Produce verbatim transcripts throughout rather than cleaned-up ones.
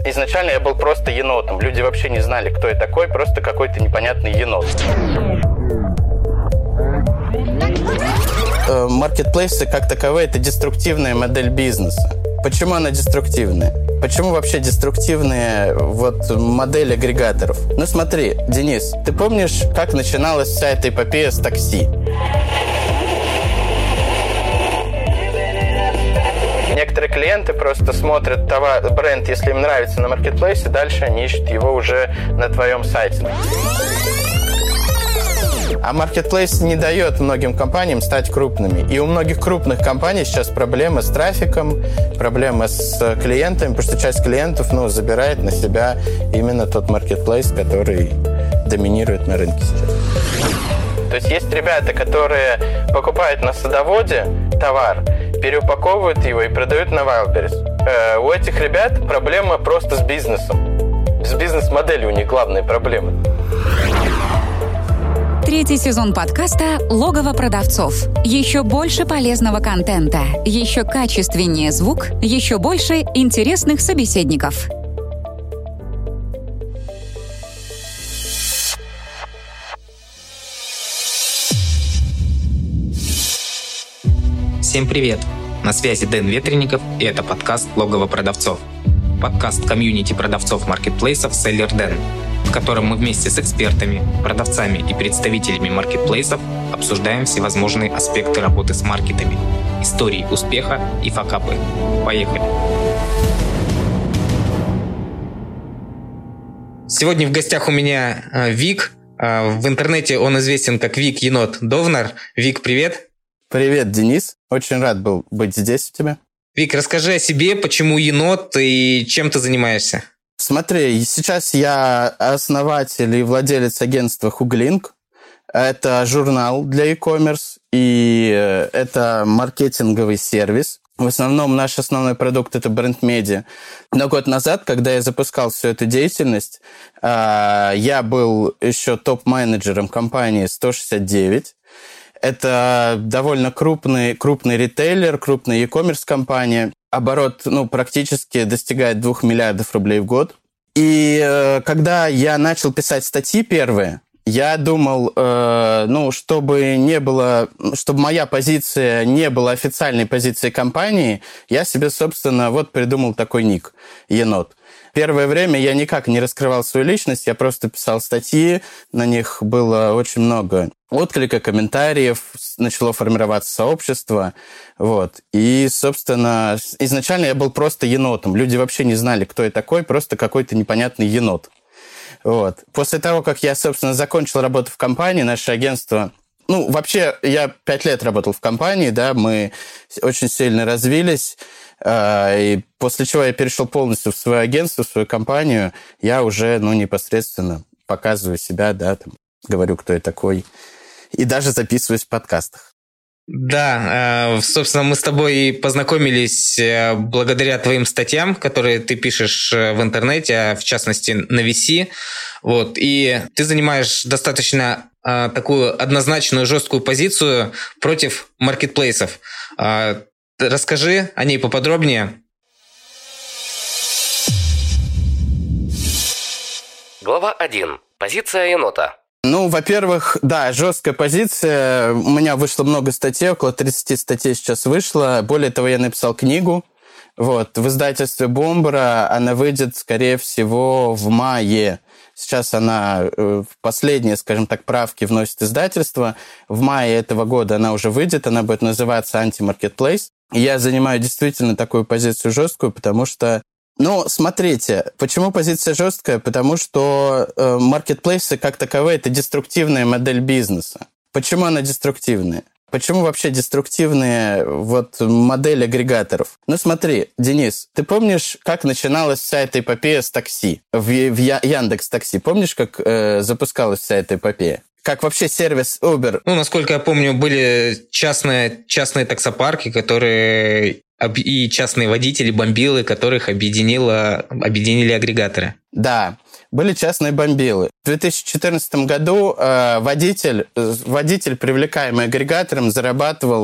Изначально я был просто енотом. Люди вообще не знали, кто я такой, просто какой-то непонятный енот. Маркетплейсы как таковые – это деструктивная модель бизнеса. Почему она деструктивная? Почему вообще деструктивные вот модели агрегаторов? Ну смотри, Денис, ты помнишь, как начиналась вся эта эпопея с такси? Некоторые клиенты просто смотрят товар, бренд, если им нравится на маркетплейсе, дальше они ищут его уже на твоем сайте. А маркетплейс не дает многим компаниям стать крупными. И у многих крупных компаний сейчас проблемы с трафиком, проблемы с клиентами, потому что часть клиентов ну, забирает на себя именно тот маркетплейс, который доминирует на рынке сейчас. То есть есть ребята, которые покупают на садоводе товар, переупаковывают его и продают на Wildberries. Э, у этих ребят проблема просто с бизнесом. С бизнес-моделью у них главная проблема. Третий сезон подкаста «Логово продавцов». Еще больше полезного контента, еще качественнее звук, еще больше интересных собеседников. Всем привет! На связи Дэн Ветренников, и это подкаст «Логово продавцов». Подкаст комьюнити продавцов маркетплейсов SellerDen, в котором мы вместе с экспертами, продавцами и представителями маркетплейсов обсуждаем всевозможные аспекты работы с маркетами, истории успеха и факапы. Поехали! Сегодня в гостях у меня Вик. В интернете он известен как Вик Енот Довнар. Вик, привет! Привет, Денис. Очень рад был быть здесь у тебя. Вик, расскажи о себе, почему енот и чем ты занимаешься? Смотри, сейчас я основатель и владелец агентства Хуглинг. Это журнал для e-commerce, и это маркетинговый сервис. В основном наш основной продукт – это бренд-медиа. Но год назад, когда я запускал всю эту деятельность, я был еще топ-менеджером компании сто шестьдесят девять. Это довольно крупный, крупный ритейлер, крупная e-commerce компания. Оборот ну, практически достигает двух миллиардов рублей в год. И э, когда я начал писать статьи первые, я думал, э, ну, чтобы не было, чтобы моя позиция не была официальной позицией компании, я себе, собственно, вот придумал такой ник – енот. Первое время я никак не раскрывал свою личность, я просто писал статьи, на них было очень много отклика, комментариев, начало формироваться сообщество, вот. И, собственно, изначально я был просто енотом, люди вообще не знали, кто я такой, просто какой-то непонятный енот. Вот. После того, как я, собственно, закончил работу в компании, наше агентство... Ну, вообще, я пять лет работал в компании, да, мы очень сильно развились, и после чего я перешел полностью в свое агентство, в свою компанию, я уже, ну, непосредственно показываю себя, да, там, говорю, кто я такой, и даже записываюсь в подкастах. Да, собственно, мы с тобой познакомились благодаря твоим статьям, которые ты пишешь в интернете, в частности, на ви си. Вот, и ты занимаешь достаточно такую однозначную жесткую позицию против маркетплейсов. Расскажи о ней поподробнее. Глава один. Позиция енота. Ну, во-первых, да, жесткая позиция. У меня вышло много статей, около тридцать статей сейчас вышло. Более того, я написал книгу. Вот, в издательстве Бомбара она выйдет, скорее всего, в мае. Сейчас она в последние, скажем так, правки вносит издательство. В мае этого года она уже выйдет, она будет называться «Антимаркетплейс». Я занимаю действительно такую позицию жесткую, потому что, ну, смотрите, почему позиция жесткая? Потому что э, маркетплейсы как таковые – это деструктивная модель бизнеса. Почему она деструктивная? Почему вообще деструктивные вот модели агрегаторов? Ну смотри, Денис, ты помнишь, как начиналась вся эта эпопея с такси? В, в Яндекс.Такси. Помнишь, как э, запускалась вся эта эпопея? Как вообще сервис Uber? Ну, насколько я помню, были частные, частные таксопарки, которые и частные водители, бомбилы, которых объединило, объединили агрегаторы. Да, были частные бомбилы. В две тысячи четырнадцатом году э, водитель, водитель, привлекаемый агрегатором, зарабатывал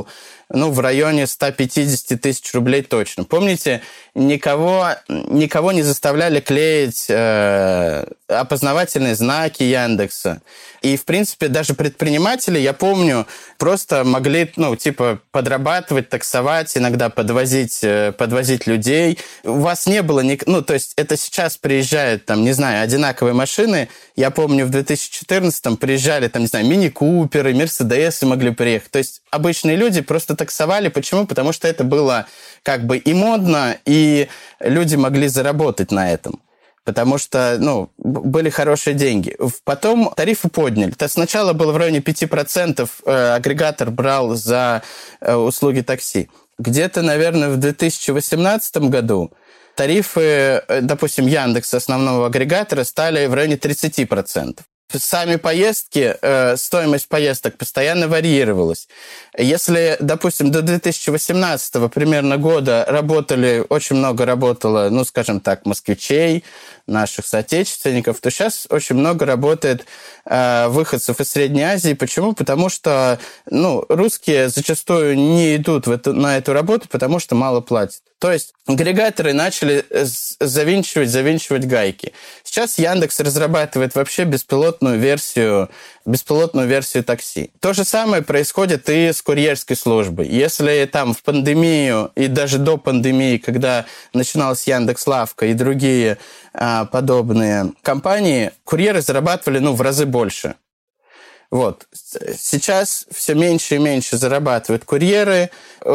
ну, в районе сто пятьдесят тысяч рублей точно. Помните, никого, никого не заставляли клеить э, опознавательные знаки Яндекса. И, в принципе, даже предприниматели, я помню, просто могли, ну, типа, подрабатывать, таксовать, иногда подвозить, подвозить людей. У вас не было... Ник... Ну, то есть это сейчас приезжают, там, не знаю, одинаковые машины. Я помню, в две тысячи четырнадцатом приезжали, там, не знаю, мини-куперы, мерседесы могли приехать. То есть обычные люди просто таксовали. Почему? Потому что это было как бы и модно, и люди могли заработать на этом. Потому что, ну, были хорошие деньги. Потом тарифы подняли. То сначала было в районе пять процентов агрегатор брал за услуги такси. Где-то, наверное, в две тысячи восемнадцатом году тарифы, допустим, Яндекса, основного агрегатора, стали в районе тридцать процентов. Сами поездки, э, стоимость поездок постоянно варьировалась. Если, допустим, до две тысячи восемнадцатого примерно года работали, очень много работало, ну, скажем так, москвичей, наших соотечественников, то сейчас очень много работает э, выходцев из Средней Азии. Почему? Потому что, ну, русские зачастую не идут в эту, на эту работу, потому что мало платят. То есть агрегаторы начали завинчивать, завинчивать гайки. Сейчас Яндекс разрабатывает вообще беспилотную версию, беспилотную версию такси. То же самое происходит и с курьерской службой. Если там в пандемию и даже до пандемии, когда начиналась Яндекс.Лавка и другие а, подобные компании, курьеры зарабатывали, ну, в разы больше. Вот. Сейчас все меньше и меньше зарабатывают курьеры.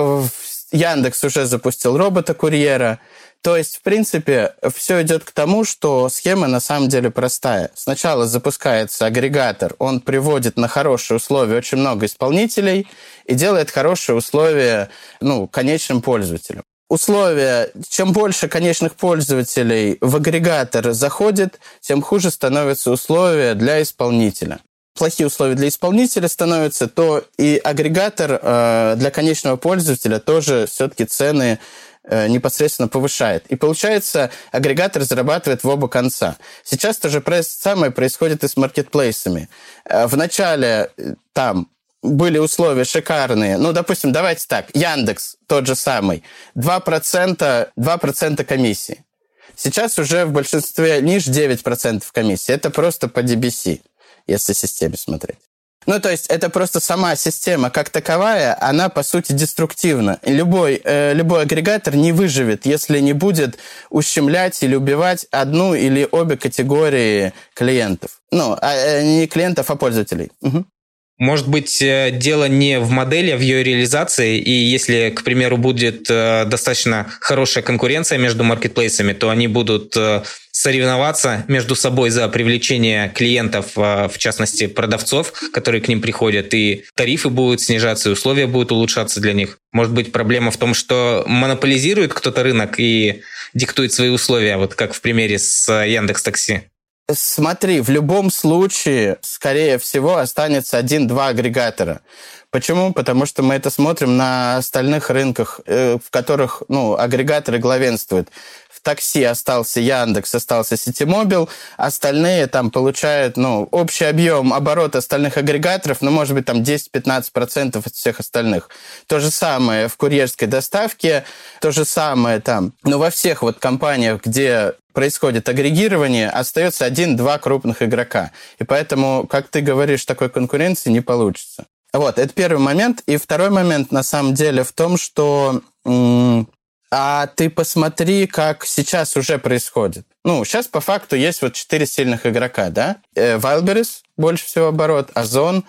Яндекс уже запустил робота-курьера. То есть, в принципе, все идет к тому, что схема на самом деле простая. Сначала запускается агрегатор, он приводит на хорошие условия очень много исполнителей и делает хорошие условия, ну, конечным пользователям. Условия, чем больше конечных пользователей в агрегатор заходит, тем хуже становятся условия для исполнителя. Плохие условия для исполнителя становятся, то и агрегатор э, для конечного пользователя тоже все-таки цены э, непосредственно повышает. И получается, агрегатор зарабатывает в оба конца. Сейчас то же самое происходит и с маркетплейсами. Э, вначале там были условия шикарные. Ну, допустим, давайте так, Яндекс тот же самый. два процента, два процента комиссии. Сейчас уже в большинстве ниш девять процентов комиссии. Это просто по ди би си. Если системе смотреть. Ну, то есть, это просто сама система как таковая, она, по сути, деструктивна. Любой, э, любой агрегатор не выживет, если не будет ущемлять или убивать одну или обе категории клиентов. Ну, а, не клиентов, а пользователей. Угу. Может быть, дело не в модели, а в ее реализации. И если, к примеру, будет достаточно хорошая конкуренция между маркетплейсами, то они будут соревноваться между собой за привлечение клиентов, в частности, продавцов, которые к ним приходят, и тарифы будут снижаться, и условия будут улучшаться для них. Может быть, проблема в том, что монополизирует кто-то рынок и диктует свои условия, вот как в примере с Яндекс.Такси. Смотри, в любом случае, скорее всего, останется один-два агрегатора. Почему? Потому что мы это смотрим на остальных рынках, в которых, ну, агрегаторы главенствуют. В такси остался Яндекс, остался Ситимобил, остальные там получают, ну, общий объем оборота остальных агрегаторов, ну, может быть, там десять-пятнадцать процентов от всех остальных. То же самое в курьерской доставке, то же самое там, ну, во всех вот компаниях, где происходит агрегирование, остается один-два крупных игрока. И поэтому, как ты говоришь, такой конкуренции не получится. Вот, это первый момент. И второй момент, на самом деле, в том, что... М- а ты посмотри, как сейчас уже происходит. Ну, сейчас по факту есть вот четыре сильных игрока, да? Wildberries больше всего оборот, Озон,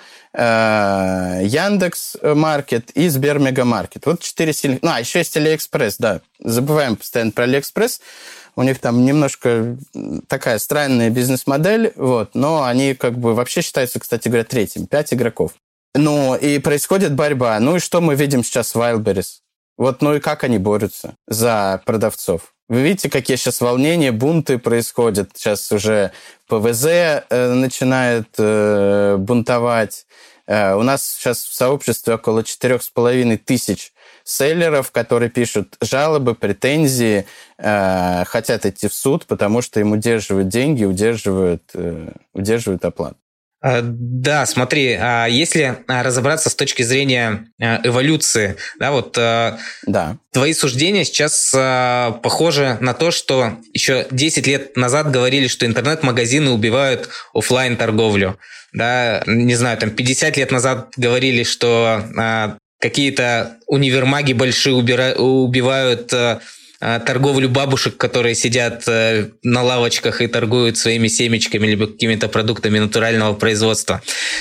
Яндекс.Маркет и Сбермегамаркет. Вот четыре сильных... Ну, а еще есть Алиэкспресс, да. Забываем постоянно про Алиэкспресс. У них там немножко такая странная бизнес-модель, вот, но они как бы вообще считаются, кстати говоря, третьим. Пять игроков. Ну, и происходит борьба. Ну, и что мы видим сейчас в Wildberries? Вот, ну и как они борются за продавцов? Вы видите, какие сейчас волнения, бунты происходят. Сейчас уже ПВЗ э, начинает э, бунтовать. Э, у нас сейчас в сообществе около четырех с половиной тысяч селлеров, которые пишут жалобы, претензии, э, хотят идти в суд, потому что им удерживают деньги, удерживают, э, удерживают оплату. Да, смотри, если разобраться с точки зрения эволюции, да, вот да. Твои суждения сейчас похожи на то, что еще десять лет назад говорили, что интернет-магазины убивают офлайн-торговлю. Да, не знаю, там пятьдесят лет назад говорили, что какие-то универмаги большие убира- убивают торговлю бабушек, которые сидят на лавочках и торгуют своими семечками либо какими-то продуктами натурального производства.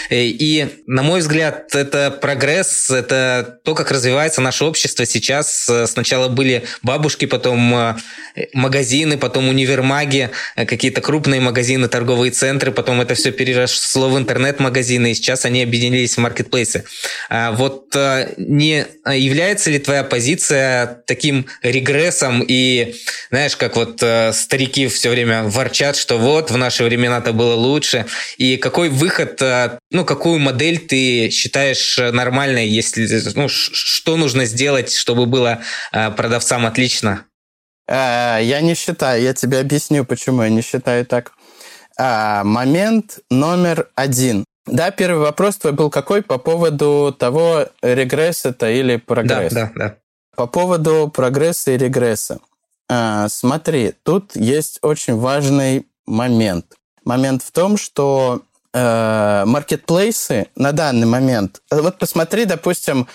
И, на мой взгляд, это прогресс, это то, как развивается наше общество сейчас. Сначала были бабушки, потом магазины, потом универмаги, какие-то крупные магазины, торговые центры, потом это все переросло в интернет-магазины, и сейчас они объединились в маркетплейсы. Вот не является ли твоя позиция таким регрессом? И знаешь, как вот э, старики все время ворчат, что вот в наши времена-то было лучше. И какой выход, э, ну, какую модель ты считаешь нормальной, если, ну, ш- что нужно сделать, чтобы было э, продавцам отлично? А, я не считаю, я тебе объясню, почему я не считаю так. А, момент номер один. Да, первый вопрос твой был какой по поводу того, регресс это или прогресс? Да, да, да. По поводу прогресса и регресса. А, смотри, тут есть очень важный момент. Момент в том, что э, маркетплейсы на данный момент... Вот посмотри, допустим,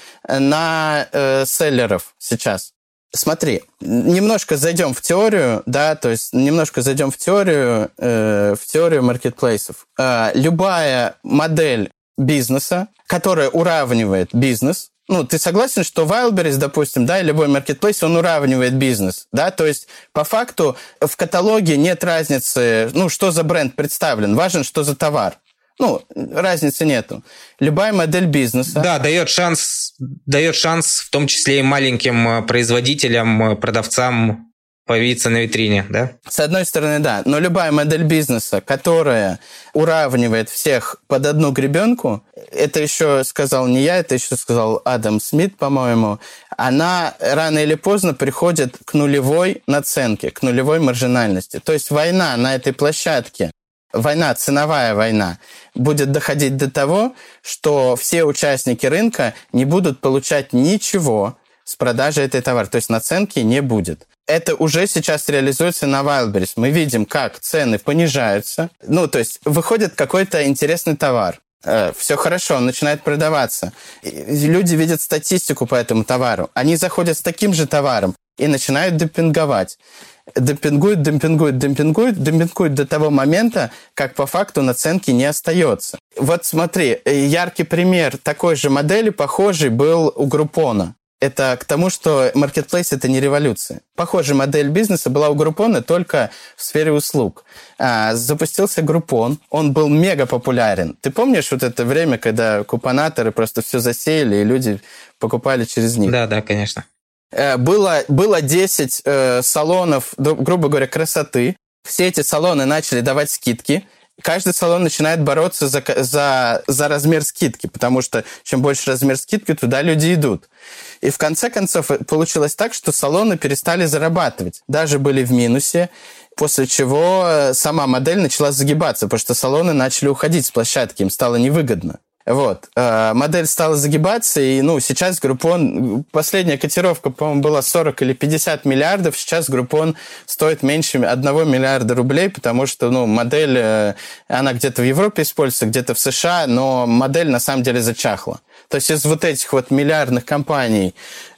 на э, селлеров сейчас. Смотри, немножко зайдем в теорию, да, то есть немножко зайдем в теорию, э, в теорию маркетплейсов. Э, любая модель бизнеса, которая уравнивает бизнес. Ну, ты согласен, что Wildberries, допустим, да, и любой маркетплейс, он уравнивает бизнес, да? То есть, по факту, в каталоге нет разницы, ну, что за бренд представлен, важен, что за товар. Ну, разницы нету. Любая модель бизнеса... Да, дает шанс, дает шанс, в том числе и маленьким производителям, продавцам, появиться на витрине, да? С одной стороны, да. Но любая модель бизнеса, которая уравнивает всех под одну гребенку, это еще сказал не я, это еще сказал Адам Смит, по-моему, она рано или поздно приходит к нулевой наценке, к нулевой маржинальности. То есть война на этой площадке, война, ценовая война, будет доходить до того, что все участники рынка не будут получать ничего с продажи этой товара. То есть наценки не будет. Это уже сейчас реализуется на Wildberries. Мы видим, как цены понижаются. Ну, то есть выходит какой-то интересный товар. Э, все хорошо, он начинает продаваться. И люди видят статистику по этому товару. Они заходят с таким же товаром и начинают демпинговать. Демпингуют, демпингуют, демпингуют, демпингуют до того момента, как по факту наценки не остается. Вот смотри, яркий пример такой же модели, похожий, был у Groupon. Это к тому, что маркетплейс – это не революция. Похожая модель бизнеса была у Groupon, только в сфере услуг. А, запустился Groupon, он был мега популярен. Ты помнишь вот это время, когда купонаторы просто все засеяли, и люди покупали через них? Да, да, конечно. Было, было десять э, салонов, грубо говоря, красоты. Все эти салоны начали давать скидки. Каждый салон начинает бороться за, за, за размер скидки, потому что чем больше размер скидки, туда люди идут. И в конце концов получилось так, что салоны перестали зарабатывать. Даже были в минусе, после чего сама модель начала загибаться, потому что салоны начали уходить с площадки, им стало невыгодно. Вот. Модель стала загибаться, и ну, сейчас Groupon... Последняя котировка, по-моему, была сорок или пятьдесят миллиардов. Сейчас Groupon стоит меньше одного миллиарда рублей, потому что ну, модель, она где-то в Европе используется, где-то в США, но модель на самом деле зачахла. То есть из вот этих вот миллиардных компаний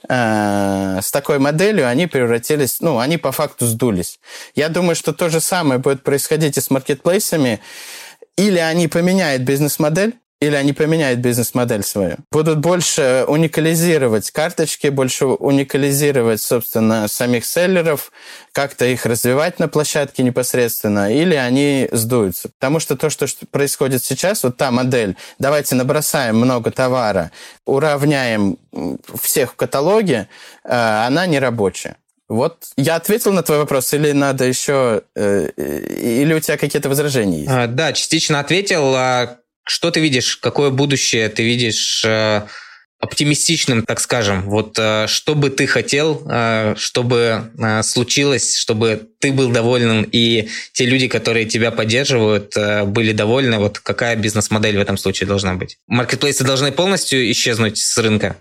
э, с такой моделью они превратились... Ну, они по факту сдулись. Я думаю, что то же самое будет происходить и с маркетплейсами. Или они поменяют бизнес-модель, или они поменяют бизнес-модель свою. Будут больше уникализировать карточки, больше уникализировать, собственно, самих селлеров, как-то их развивать на площадке непосредственно, или они сдуются. Потому что то, что происходит сейчас, вот та модель, давайте набросаем много товара, уравняем всех в каталоге, она не рабочая. Вот я ответил на твой вопрос, или надо еще... Или у тебя какие-то возражения есть? А, да, частично ответил. Что ты видишь? Какое будущее ты видишь оптимистичным, так скажем. Вот что бы ты хотел, чтобы случилось, чтобы ты был доволен, и те люди, которые тебя поддерживают, были довольны. Вот какая бизнес-модель в этом случае должна быть? Маркетплейсы должны полностью исчезнуть с рынка?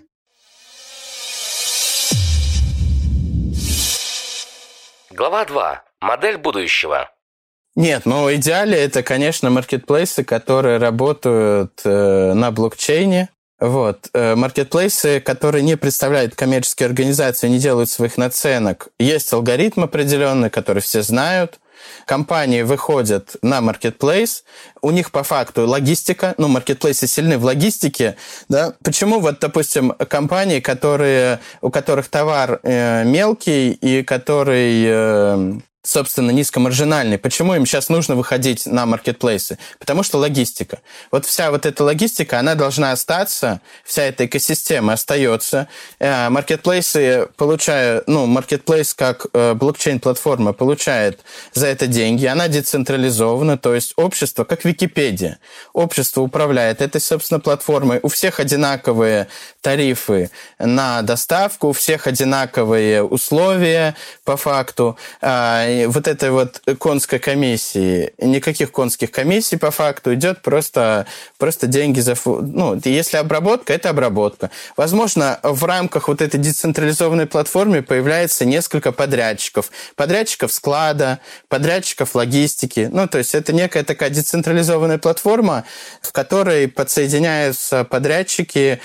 Глава два. Модель будущего. Нет, ну в идеале это, конечно, маркетплейсы, которые работают э, на блокчейне. Вот. Э, маркетплейсы, которые не представляют коммерческие организации, не делают своих наценок. Есть алгоритм определенный, который все знают. Компании выходят на маркетплейс, у них по факту логистика, ну, маркетплейсы сильны в логистике, да. Почему вот, допустим, компании, которые, у которых товар э, мелкий и который... Э, собственно, низкомаржинальный. Почему им сейчас нужно выходить на маркетплейсы? Потому что логистика. Вот вся вот эта логистика, она должна остаться, вся эта экосистема остается. Маркетплейсы получают, ну, маркетплейс как блокчейн-платформа получает за это деньги, она децентрализована, то есть общество, как Википедия. Общество управляет этой, собственно, платформой. У всех одинаковые тарифы на доставку, у всех одинаковые условия по факту. Вот этой вот конской комиссии, никаких конских комиссий по факту, идет просто, просто деньги за... Ну, если обработка, это обработка. Возможно, в рамках вот этой децентрализованной платформы появляется несколько подрядчиков. Подрядчиков склада, подрядчиков логистики. Ну, то есть это некая такая децентрализованная платформа, в которой подсоединяются подрядчики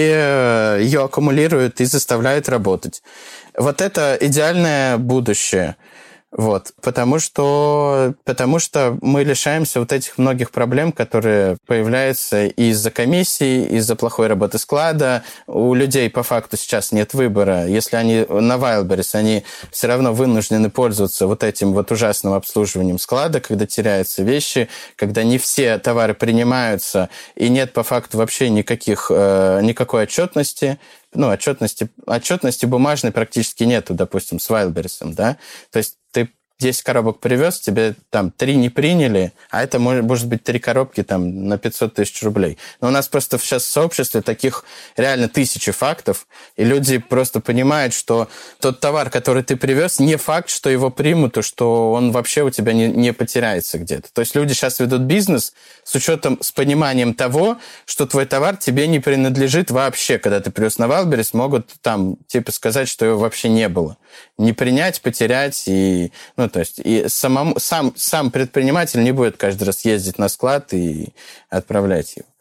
и ее аккумулируют и заставляют работать. Вот это идеальное будущее. Вот, потому что, потому что мы лишаемся вот этих многих проблем, которые появляются из-за комиссий, из-за плохой работы склада. У людей по факту сейчас нет выбора. Если они на Wildberries, они все равно вынуждены пользоваться вот этим вот ужасным обслуживанием склада, когда теряются вещи, когда не все товары принимаются, и нет по факту вообще никаких, э, никакой отчетности. Ну, отчетности, отчетности бумажной практически нету, допустим, с Wildberries, да. То есть ты десять коробок привез, тебе там три не приняли, а это может, может быть три коробки там на пятьсот тысяч рублей. Но у нас просто сейчас в сообществе таких реально тысячи фактов, и люди просто понимают, что тот товар, который ты привез, не факт, что его примут, и что он вообще у тебя не, не потеряется где-то. То есть люди сейчас ведут бизнес с учетом, с пониманием того, что твой товар тебе не принадлежит вообще. Когда ты привез на Wildberries, могут там типа сказать, что его вообще не было. Не принять, потерять и... Ну, то есть и самому, сам, сам предприниматель не будет каждый раз ездить на склад и отправлять его.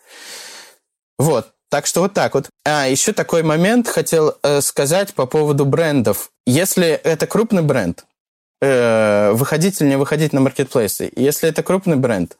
Вот. Так что вот так вот. А, еще такой момент хотел э, сказать по поводу брендов. Если это крупный бренд, э, выходить или не выходить на маркетплейсы. Если это крупный бренд,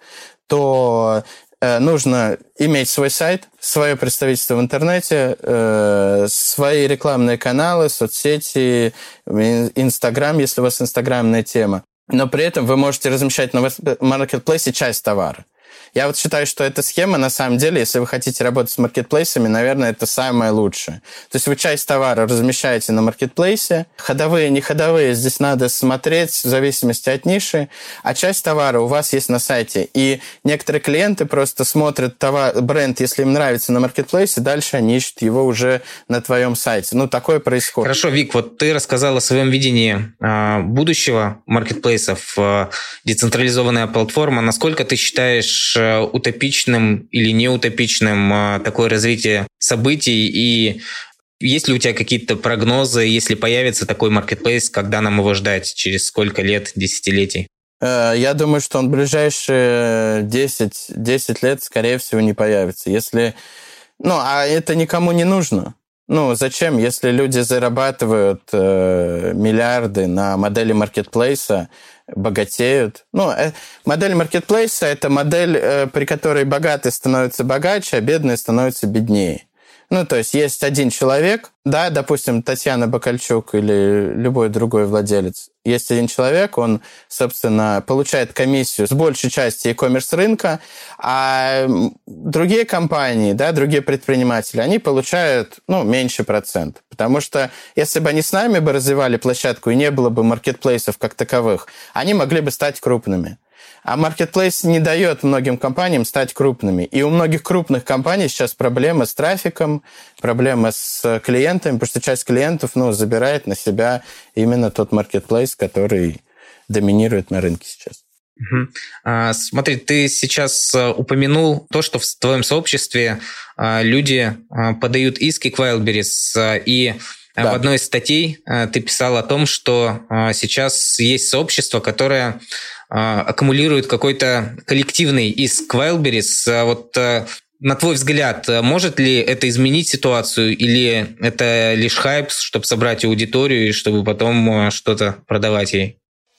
то э, нужно иметь свой сайт, свое представительство в интернете, э, свои рекламные каналы, соцсети, Инстаграм, если у вас инстаграмная тема. Но при этом вы можете размещать на маркетплейсе часть товара. Я вот считаю, что эта схема, на самом деле, если вы хотите работать с маркетплейсами, наверное, это самое лучшее. То есть вы часть товара размещаете на маркетплейсе, ходовые, не ходовые, здесь надо смотреть в зависимости от ниши, а часть товара у вас есть на сайте. И некоторые клиенты просто смотрят товар, бренд, если им нравится на маркетплейсе, дальше они ищут его уже на твоем сайте. Ну, такое происходит. Хорошо, Вик, вот ты рассказал о своем видении э, будущего маркетплейсов, э, децентрализованная платформа. Насколько ты считаешь утопичным или неутопичным такое развитие событий, и есть ли у тебя какие-то прогнозы, если появится такой маркетплейс, когда нам его ждать, через сколько лет, десятилетий? Я думаю, что он в ближайшие десять, десять лет, скорее всего, не появится. Если... Ну, а это никому не нужно. Ну, зачем, если люди зарабатывают э, миллиарды на модели маркетплейса, богатеют. Ну, э, модель маркетплейса – это модель, э, при которой богатые становятся богаче, а бедные становятся беднее. Ну, то есть есть один человек, да, допустим, Татьяна Бакальчук или любой другой владелец. Есть один человек, он, собственно, получает комиссию с большей части e-commerce рынка, а другие компании, да, другие предприниматели, они получают, ну, меньше процент. Потому что если бы они с нами бы развивали площадку и не было бы маркетплейсов как таковых, они могли бы стать крупными. А Marketplace не дает многим компаниям стать крупными. И у многих крупных компаний сейчас проблема с трафиком, проблема с клиентами, потому что часть клиентов ну, забирает на себя именно тот Marketplace, который доминирует на рынке сейчас. Угу. А, смотри, ты сейчас упомянул то, что в твоем сообществе а, люди а, подают иски к Wildberries, а, и да. В одной из статей а, ты писал о том, что а, сейчас есть сообщество, которое а, аккумулирует какой-то коллективный иск к Wildberries. А, вот а, на твой взгляд, может ли это изменить ситуацию, или это лишь хайп, чтобы собрать аудиторию и чтобы потом а, что-то продавать ей?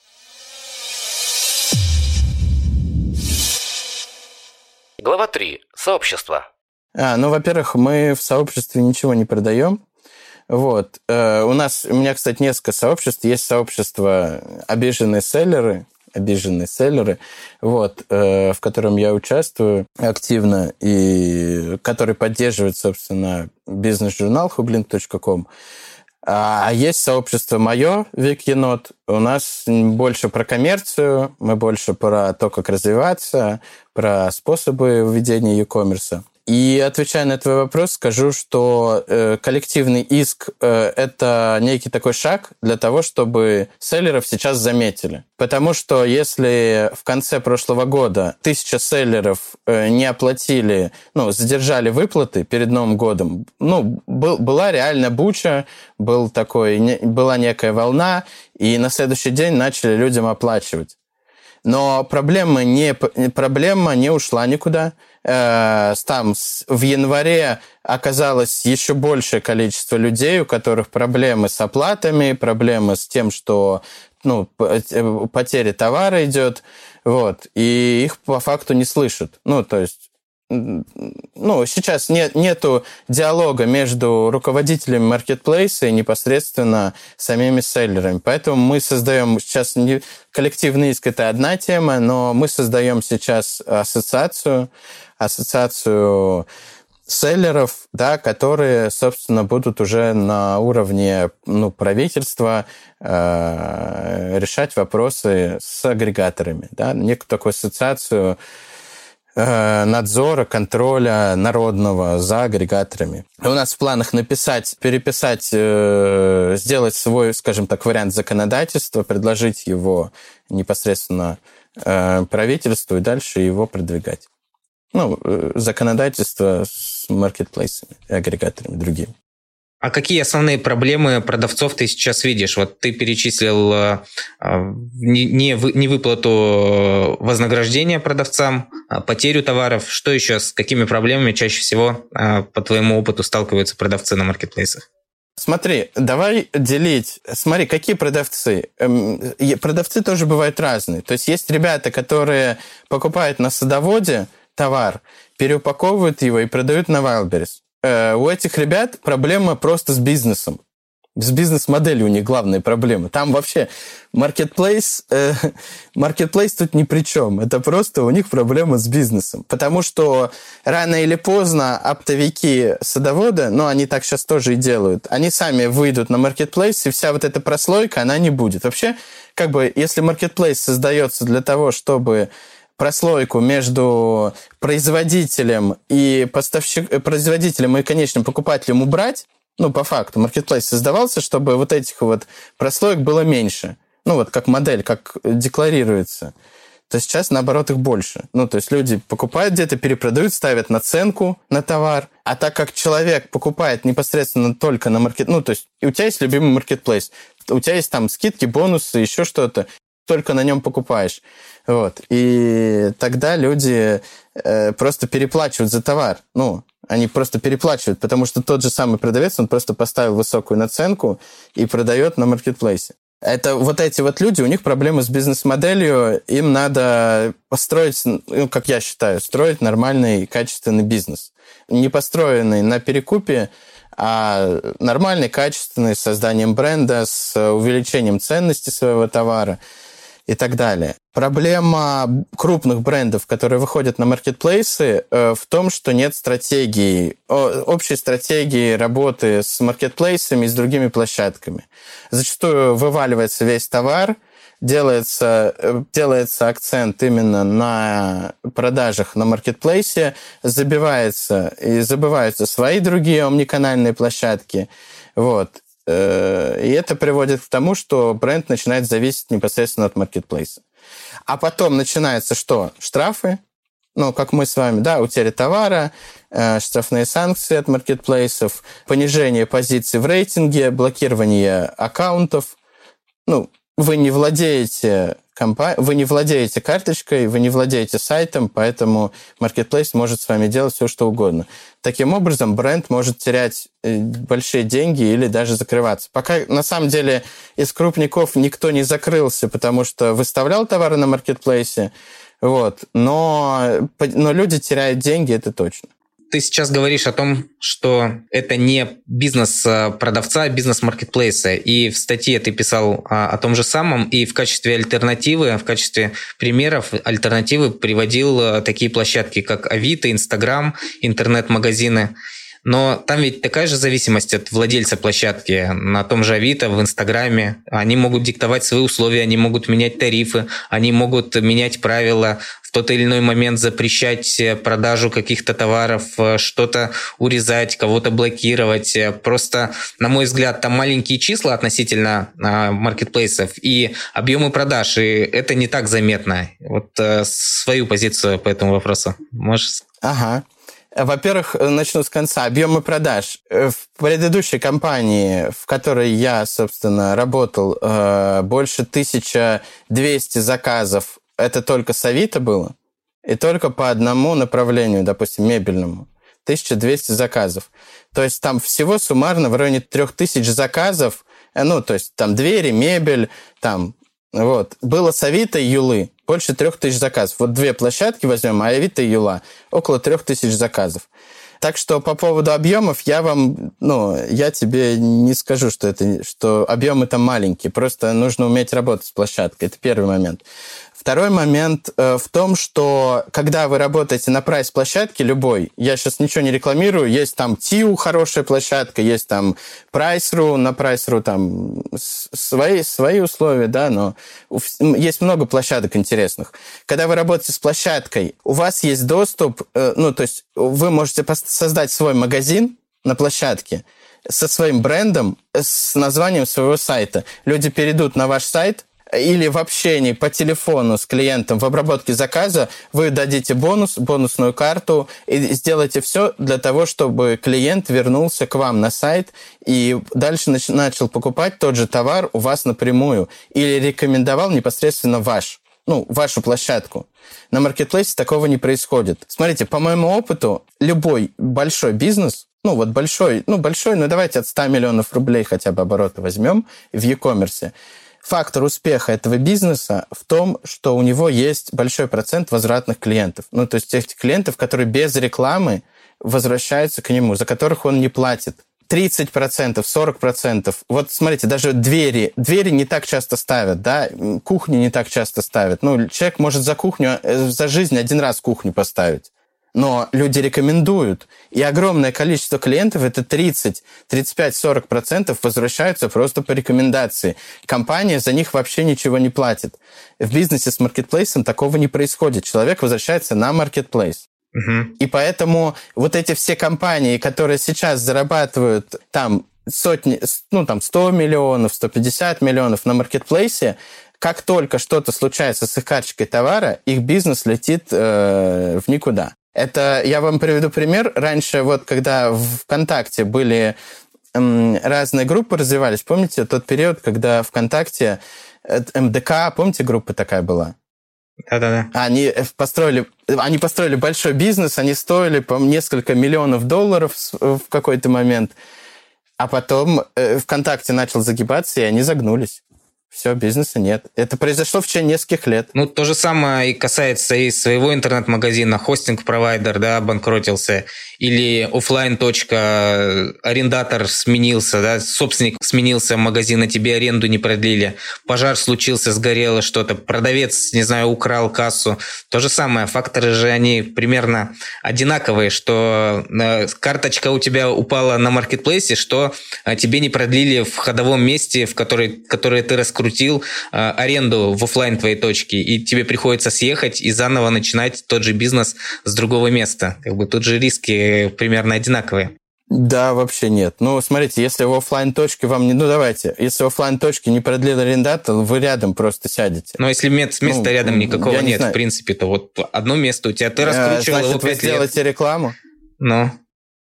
Глава три. Сообщество. А, ну, во-первых, мы в сообществе ничего не продаем. Вот. Э, у нас, у меня, кстати, несколько сообществ. Есть сообщество «Обиженные селлеры», обиженные селлеры, вот, э, в котором я участвую активно, и который поддерживает, собственно, бизнес-журнал хуглинк точка ком. А есть сообщество мое, Вик Енот. У нас больше про коммерцию, мы больше про то, как развиваться, про способы введения e-commerce. И отвечая на твой вопрос, скажу, что э, коллективный иск э, – это некий такой шаг для того, чтобы селлеров сейчас заметили. Потому что если в конце прошлого года тысяча селлеров э, не оплатили, ну, задержали выплаты перед Новым годом, ну, был, была реально буча, был такой, не, была некая волна, и на следующий день начали людям оплачивать. Но проблема не, проблема не ушла никуда. Там в январе оказалось еще большее количество людей, у которых проблемы с оплатами, проблемы с тем, что ну, потеря товара идет, вот, и их по факту не слышат. Ну, то есть, ну, сейчас нет, нету диалога между руководителями маркетплейса и непосредственно самими селлерами. Поэтому мы создаем сейчас не... коллективный иск – это одна тема, но мы создаем сейчас ассоциацию, ассоциацию селлеров, да, которые, собственно, будут уже на уровне ну, правительства э, решать вопросы с агрегаторами. Да, некую такую ассоциацию надзора, контроля народного за агрегаторами. У нас в планах написать, переписать, сделать свой, скажем так, вариант законодательства, предложить его непосредственно правительству и дальше его продвигать. Ну, законодательство с маркетплейсами, агрегаторами, другими. А какие основные проблемы продавцов ты сейчас видишь? Вот ты перечислил э, не, не, вы, не выплату вознаграждения продавцам, а потерю товаров. Что еще, с какими проблемами чаще всего, э, по твоему опыту, сталкиваются продавцы на маркетплейсах? Смотри, давай делить. Смотри, какие продавцы? Продавцы тоже бывают разные. То есть есть ребята, которые покупают на садоводе товар, переупаковывают его и продают на Wildberries. У этих ребят проблема просто с бизнесом. С бизнес-моделью у них главная проблема. Там вообще маркетплейс, э, маркетплейс тут ни при чем. Это просто у них проблема с бизнесом. Потому что рано или поздно оптовики садовода, ну, они так сейчас тоже и делают, они сами выйдут на маркетплейс, и вся вот эта прослойка, она не будет. Вообще, как бы, если маркетплейс создается для того, чтобы прослойку между производителем и поставщик, производителем и конечным покупателем убрать, ну, по факту, маркетплейс создавался, чтобы вот этих вот прослоек было меньше. Ну, вот как модель, как декларируется. То сейчас, наоборот, их больше. Ну, то есть люди покупают где-то, перепродают, ставят наценку на товар. А так как человек покупает непосредственно только на маркет... Ну, то есть у тебя есть любимый маркетплейс, у тебя есть там скидки, бонусы, еще что-то, только на нем покупаешь. Вот. И тогда люди э, просто переплачивают за товар. Ну, они просто переплачивают, потому что тот же самый продавец, он просто поставил высокую наценку и продает на маркетплейсе. Это вот эти вот люди, у них проблемы с бизнес-моделью, им надо построить, ну, как я считаю, строить нормальный, качественный бизнес. Не построенный на перекупе, а нормальный, качественный, с созданием бренда, с увеличением ценности своего товара и так далее. Проблема крупных брендов, которые выходят на маркетплейсы, в том, что нет стратегии, общей стратегии работы с маркетплейсами и с другими площадками. Зачастую вываливается весь товар, делается, делается акцент именно на продажах на маркетплейсе, забивается и забываются свои другие омниканальные площадки. Вот. И это приводит к тому, что бренд начинает зависеть непосредственно от маркетплейса. А потом начинается что? Штрафы. Ну, как мы с вами, да, утеря товара, э, штрафные санкции от маркетплейсов, понижение позиций в рейтинге, блокирование аккаунтов. Ну, вы не владеете компа- вы не владеете карточкой, вы не владеете сайтом, поэтому маркетплейс может с вами делать все, что угодно. Таким образом, бренд может терять большие деньги или даже закрываться. Пока, на самом деле, из крупников никто не закрылся, потому что выставлял товары на маркетплейсе, вот. Но, но люди теряют деньги, это точно. Ты сейчас говоришь о том, что это не бизнес продавца, а бизнес маркетплейса. И в статье ты писал о том же самом, и в качестве альтернативы, в качестве примеров альтернативы приводил такие площадки, как Авито, Инстаграм, интернет-магазины. Но там ведь такая же зависимость от владельца площадки. На том же Авито, в Инстаграме. Они могут диктовать свои условия, они могут менять тарифы, они могут менять правила, в тот или иной момент запрещать продажу каких-то товаров, что-то урезать, кого-то блокировать. Просто, на мой взгляд, там маленькие числа относительно маркетплейсов и объемы продаж, и это не так заметно. Вот свою позицию по этому вопросу можешь? Ага. Во-первых, начну с конца. Объемы продаж. В предыдущей компании, в которой я, собственно, работал, больше тысяча двести заказов. Это только с Авито было. И только по одному направлению, допустим, мебельному. тысяча двести заказов. То есть там всего суммарно в районе трех тысяч заказов. Ну, то есть там двери, мебель, там... Вот. Было с Авито и Юлы. Больше трех тысяч заказов. Вот две площадки возьмем, а Авито и Юла. Около трех тысяч заказов. Так что по поводу объемов я вам, ну, я тебе не скажу, что это, что объемы там маленькие. Просто нужно уметь работать с площадкой. Это первый момент. Второй момент э, в том, что когда вы работаете на прайс-площадке любой, я сейчас ничего не рекламирую, есть там Тиу хорошая площадка, есть там Price.ru, на Price.ru там свои, свои условия, да, но есть много площадок интересных. Когда вы работаете с площадкой, у вас есть доступ, э, ну, то есть вы можете создать свой магазин на площадке со своим брендом, с названием своего сайта. Люди перейдут на ваш сайт, или в общении по телефону с клиентом в обработке заказа вы дадите бонус, бонусную карту и сделаете все для того, чтобы клиент вернулся к вам на сайт и дальше нач- начал покупать тот же товар у вас напрямую или рекомендовал непосредственно ваш, ну, вашу площадку. На маркетплейсе такого не происходит. Смотрите, по моему опыту, любой большой бизнес, ну вот большой, ну большой, ну давайте от ста миллионов рублей хотя бы оборота возьмем в e-commerce, фактор успеха этого бизнеса в том, что у него есть большой процент возвратных клиентов. Ну, то есть тех клиентов, которые без рекламы возвращаются к нему, за которых он не платит. тридцать процентов, сорок процентов. Вот смотрите, даже двери. Двери не так часто ставят, да, кухни не так часто ставят. Ну, человек может за кухню, за жизнь один раз кухню поставить. Но люди рекомендуют. И огромное количество клиентов, это тридцать, тридцать пять, сорок процентов возвращаются просто по рекомендации. Компания за них вообще ничего не платит. В бизнесе с маркетплейсом такого не происходит. Человек возвращается на маркетплейс. Uh-huh. И поэтому вот эти все компании, которые сейчас зарабатывают там сотни, ну там сто миллионов, сто пятьдесят миллионов на маркетплейсе, как только что-то случается с их карточкой товара, их бизнес летит э, в никуда. Это, я вам приведу пример. Раньше, вот когда в ВКонтакте были эм, разные группы развивались, помните тот период, когда ВКонтакте эм дэ ка, помните, группа такая была? Да-да-да. Они построили, они построили большой бизнес, они стоили, по несколько миллионов долларов в какой-то момент, а потом э, ВКонтакте начал загибаться, и они загнулись. Все, бизнеса нет. Это произошло в течение нескольких лет. Ну, то же самое и касается и своего интернет-магазина. Хостинг-провайдер, да, обанкротился. Или офлайн точка, арендатор сменился, да, собственник сменился магазина, тебе аренду не продлили. Пожар случился, сгорело что-то. Продавец, не знаю, украл кассу. То же самое. Факторы же, они примерно одинаковые, что карточка у тебя упала на маркетплейсе, что тебе не продлили в ходовом месте, в которое, которое ты раскрутил раскрутил э, аренду в офлайн твоей точки, и тебе приходится съехать и заново начинать тот же бизнес с другого места. Как бы тут же риски примерно одинаковые. Да, вообще нет. Ну, смотрите, если в офлайн точке вам не... Ну, давайте, если в офлайн точке не продлил арендатор, вы рядом просто сядете. Но если места ну, рядом никакого не нет, знаю. В принципе, то вот одно место у тебя, ты раскручивал Значит, его пять лет. вы сделаете рекламу? Ну...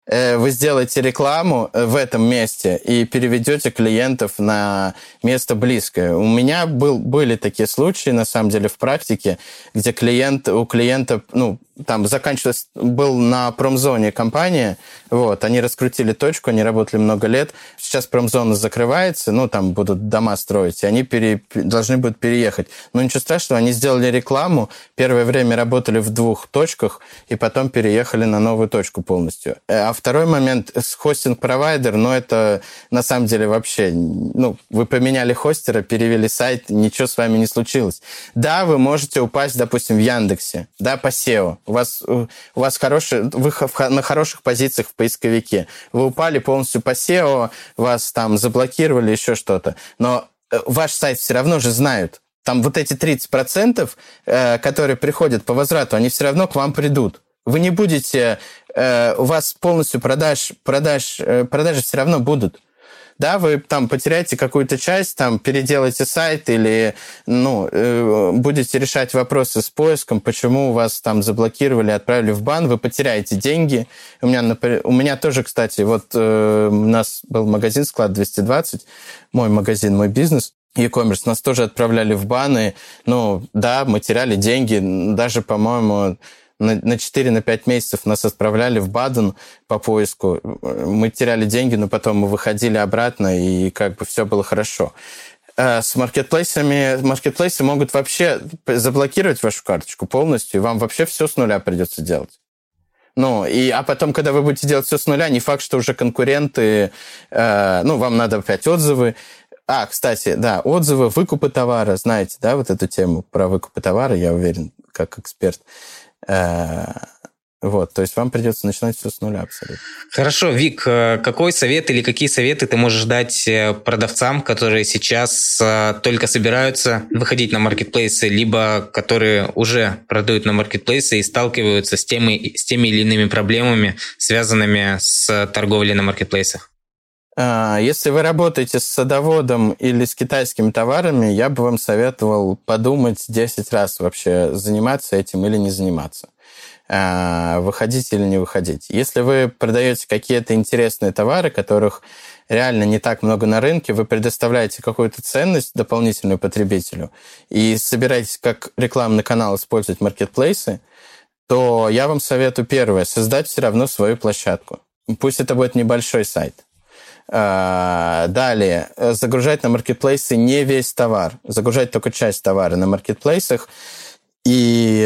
Вы сделаете рекламу в этом месте и переведете клиентов на место близкое. У меня был, были такие случаи, на самом деле, в практике, где клиент, у клиента, ну, там заканчивалось, был на промзоне компания, вот, они раскрутили точку, они работали много лет. Сейчас промзона закрывается, ну, там будут дома строить, и они пере, должны будут переехать. Но ничего страшного, они сделали рекламу, первое время работали в двух точках, и потом переехали на новую точку полностью. А второй момент, хостинг-провайдер, ну, это на самом деле вообще, ну, вы поменяли хостера, перевели сайт, ничего с вами не случилось. Да, вы можете упасть, допустим, в Яндексе, да, по сео. У вас, у вас хороший, вы на хороших позициях в поисковике. Вы упали полностью по сео, вас там заблокировали, еще что-то. Но ваш сайт все равно же знают. Там вот эти тридцать процентов, которые приходят по возврату, они все равно к вам придут. Вы не будете... У вас полностью продаж, продаж, продажи все равно будут. Да, вы там потеряете какую-то часть, там переделаете сайт или ну, э, будете решать вопросы с поиском, почему вас там заблокировали, отправили в бан, вы потеряете деньги. У меня, например, у меня тоже, кстати, вот э, у нас был магазин Склад двести двадцать, мой магазин, мой бизнес, e-commerce, нас тоже отправляли в баны. Ну, да, мы теряли деньги, даже, по-моему... На четыре-пять месяцев нас отправляли в Баден по поиску. Мы теряли деньги, но потом мы выходили обратно, и как бы все было хорошо. С маркетплейсами... Маркетплейсы могут вообще заблокировать вашу карточку полностью, и вам вообще все с нуля придется делать. Ну, и, а потом, когда вы будете делать все с нуля, не факт, что уже конкуренты... Э, ну, вам надо опять отзывы. А, кстати, да, отзывы, выкупы товара. Знаете, да, вот эту тему про выкупы товара, я уверен, как эксперт. Вот, то есть вам придется начинать все с нуля абсолютно. Хорошо, Вик, какой совет или какие советы ты можешь дать продавцам, которые сейчас только собираются выходить на маркетплейсы, либо которые уже продают на маркетплейсы и сталкиваются с теми, с теми или иными проблемами, связанными с торговлей на маркетплейсах? Если вы работаете с садоводом или с китайскими товарами, я бы вам советовал подумать десять раз вообще, заниматься этим или не заниматься. Выходить или не выходить. Если вы продаете какие-то интересные товары, которых реально не так много на рынке, вы предоставляете какую-то ценность дополнительную потребителю и собираетесь как рекламный канал использовать маркетплейсы, то я вам советую первое, создать все равно свою площадку. Пусть это будет небольшой сайт. Далее, загружать на маркетплейсы не весь товар, загружать только часть товара на маркетплейсах, и,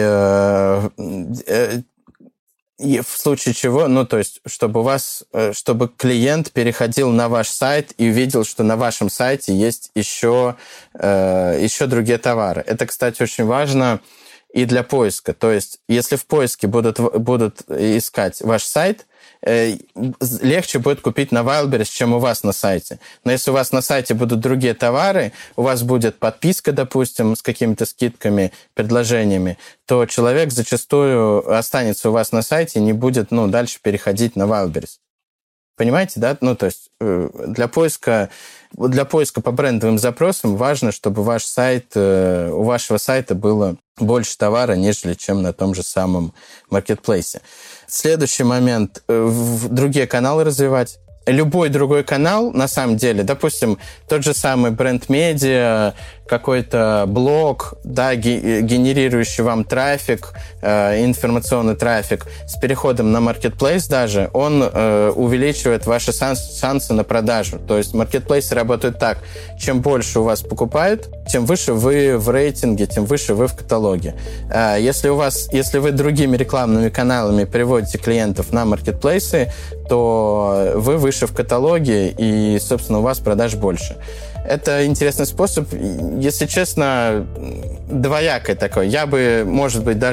и в случае чего, ну, то есть, чтобы у вас, чтобы клиент переходил на ваш сайт и увидел, что на вашем сайте есть еще, еще другие товары. Это, кстати, очень важно и для поиска. То есть, если в поиске будут, будут искать ваш сайт, легче будет купить на Wildberries, чем у вас на сайте. Но если у вас на сайте будут другие товары, у вас будет подписка, допустим, с какими-то скидками, предложениями, то человек зачастую останется у вас на сайте и не будет, ну, дальше переходить на Wildberries. Понимаете, да? Ну, то есть для поиска, для поиска по брендовым запросам важно, чтобы ваш сайт, у вашего сайта было больше товара, нежели чем на том же самом маркетплейсе. Следующий момент – другие каналы развивать. Любой другой канал, на самом деле, допустим, тот же самый бренд-медиа, какой-то блог, да, генерирующий вам трафик, э, информационный трафик, с переходом на маркетплейс даже, он э, увеличивает ваши шансы на продажу. То есть маркетплейсы работают так: чем больше у вас покупают, тем выше вы в рейтинге, тем выше вы в каталоге. Э, если у вас, если вы другими рекламными каналами приводите клиентов на маркетплейсы, то вы выше в каталоге, и, собственно, у вас продаж больше. Это интересный способ, если честно, двоякий такой. Я бы, может быть, даже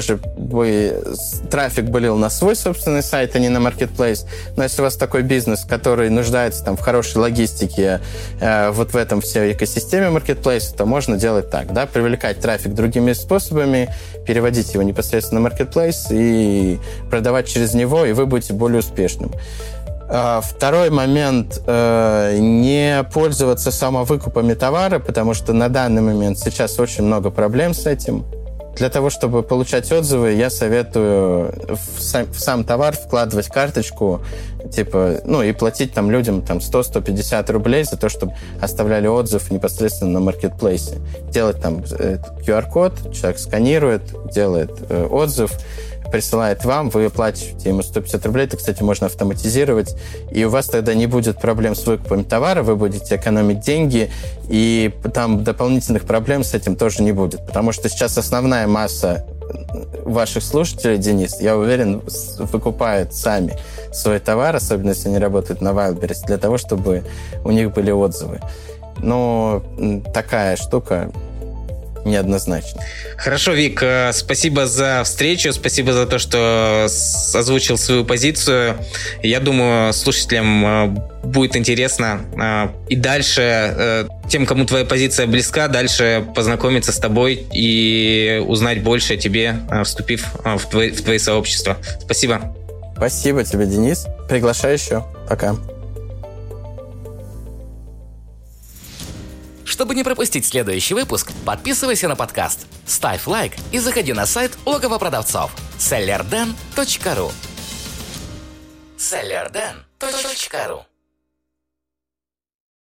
чтобы трафик был на свой собственный сайт, а не на Marketplace. Но если у вас такой бизнес, который нуждается там, в хорошей логистике, э, вот в этом всей экосистеме Marketplace, то можно делать так, да, привлекать трафик другими способами, переводить его непосредственно на Marketplace и продавать через него, и вы будете более успешным. Второй момент э, – не пользоваться самовыкупами товара, потому что на данный момент сейчас очень много проблем с этим. Для того, чтобы получать отзывы, я советую в сам, в сам товар вкладывать карточку, типа, ну, и платить там людям там, сто - сто пятьдесят рублей за то, чтобы оставляли отзыв непосредственно на маркетплейсе. Делать там ку ар-код, человек сканирует, делает э, отзыв, присылает вам, вы платите ему сто пятьдесят рублей, это, кстати, можно автоматизировать, и у вас тогда не будет проблем с выкупом товара, вы будете экономить деньги, и там дополнительных проблем с этим тоже не будет, потому что сейчас основная масса ваших слушателей, Денис, я уверен, выкупают сами свой товар, особенно если они работают на Wildberries, для того, чтобы у них были отзывы. Но такая штука неоднозначно. Хорошо, Вик, спасибо за встречу, спасибо за то, что озвучил свою позицию. Я думаю, слушателям будет интересно и дальше, тем, кому твоя позиция близка, дальше познакомиться с тобой и узнать больше о тебе, вступив в твои, в твои сообщества. Спасибо. Спасибо тебе, Денис. Приглашаю еще. Пока. Чтобы не пропустить следующий выпуск, подписывайся на подкаст, ставь лайк и заходи на сайт Логово продавцов селлерден точка ру селлерден точка ру